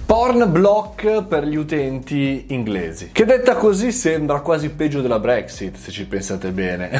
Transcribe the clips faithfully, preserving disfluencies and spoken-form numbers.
Porn block per gli utenti inglesi, che detta così sembra quasi peggio della Brexit, se ci pensate bene.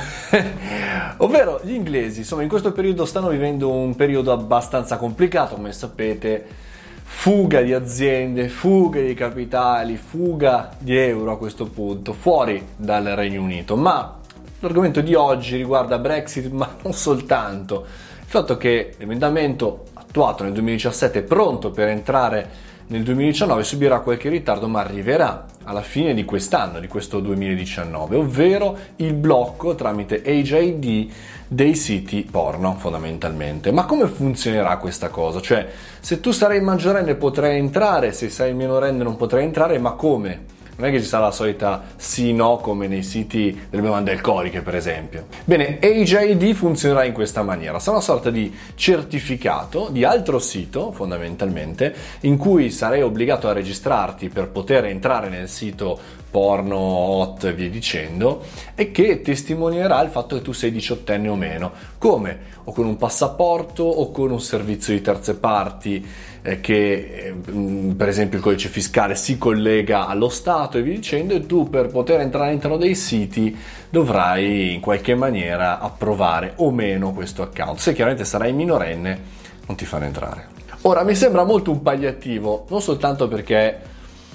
Ovvero gli inglesi, insomma, in questo periodo stanno vivendo un periodo abbastanza complicato, come sapete, fuga di aziende, fuga di capitali, fuga di euro a questo punto, fuori dal Regno Unito. Ma l'argomento di oggi riguarda Brexit, ma non soltanto. Il fatto che l'emendamento attuato nel duemiladiciassette è pronto per entrare nel duemiladiciannove subirà qualche ritardo, ma arriverà alla fine di quest'anno, di questo duemiladiciannove, ovvero il blocco tramite Age I D dei siti porno, fondamentalmente. Ma come funzionerà questa cosa? Cioè, se tu sarai maggiorenne potrai entrare, se sei minorenne non potrai entrare, ma come? Non è che ci sarà la solita sì-no come nei siti delle bevande alcoliche, per esempio. Bene, Age I D funzionerà in questa maniera. Sarà una sorta di certificato di altro sito, fondamentalmente, in cui sarai obbligato a registrarti per poter entrare nel sito porno, hot e via dicendo, e che testimonierà il fatto che tu sei diciottenne o meno. Come? O con un passaporto o con un servizio di terze parti eh, che, eh, per esempio, il codice fiscale si collega allo Stato e via dicendo, e tu per poter entrare all'interno dei siti dovrai in qualche maniera approvare o meno questo account. Se chiaramente sarai minorenne non ti fanno entrare. Ora, mi sembra molto un palliativo, non soltanto perché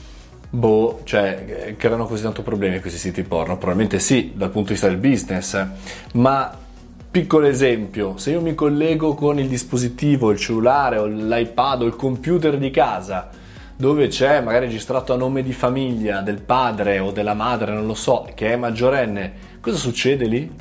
boh, cioè, creano così tanto problemi questi siti porno, probabilmente sì, dal punto di vista del business, ma piccolo esempio, se io mi collego con il dispositivo, il cellulare o l'iPad o il computer di casa, dove c'è magari registrato a nome di famiglia del padre o della madre, non lo so, che è maggiorenne, cosa succede lì?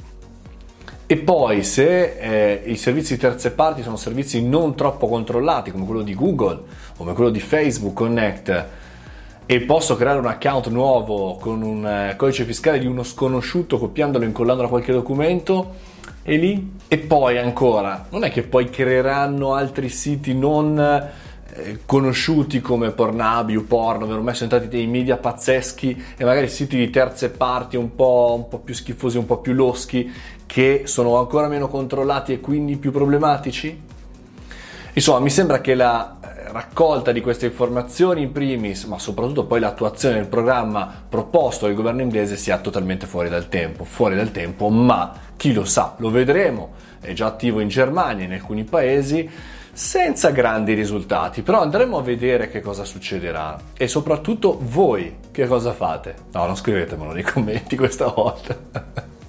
E poi se eh, i servizi di terze parti sono servizi non troppo controllati, come quello di Google o come quello di Facebook Connect, e posso creare un account nuovo con un eh, codice fiscale di uno sconosciuto, copiandolo e incollandolo a qualche documento, e lì? E poi ancora, non è che poi creeranno altri siti non eh, conosciuti come Pornhub, YouPorn, dove ormai sono entrati dei media pazzeschi, e magari siti di terze parti un po', un po' più schifosi, un po' più loschi, che sono ancora meno controllati e quindi più problematici? Insomma, mi sembra che la raccolta di queste informazioni in primis, ma soprattutto poi l'attuazione del programma proposto dal governo inglese sia totalmente fuori dal tempo, fuori dal tempo, ma chi lo sa, lo vedremo, è già attivo in Germania e in alcuni paesi, senza grandi risultati, però andremo a vedere che cosa succederà e soprattutto voi che cosa fate. No, non scrivetemelo nei commenti questa volta.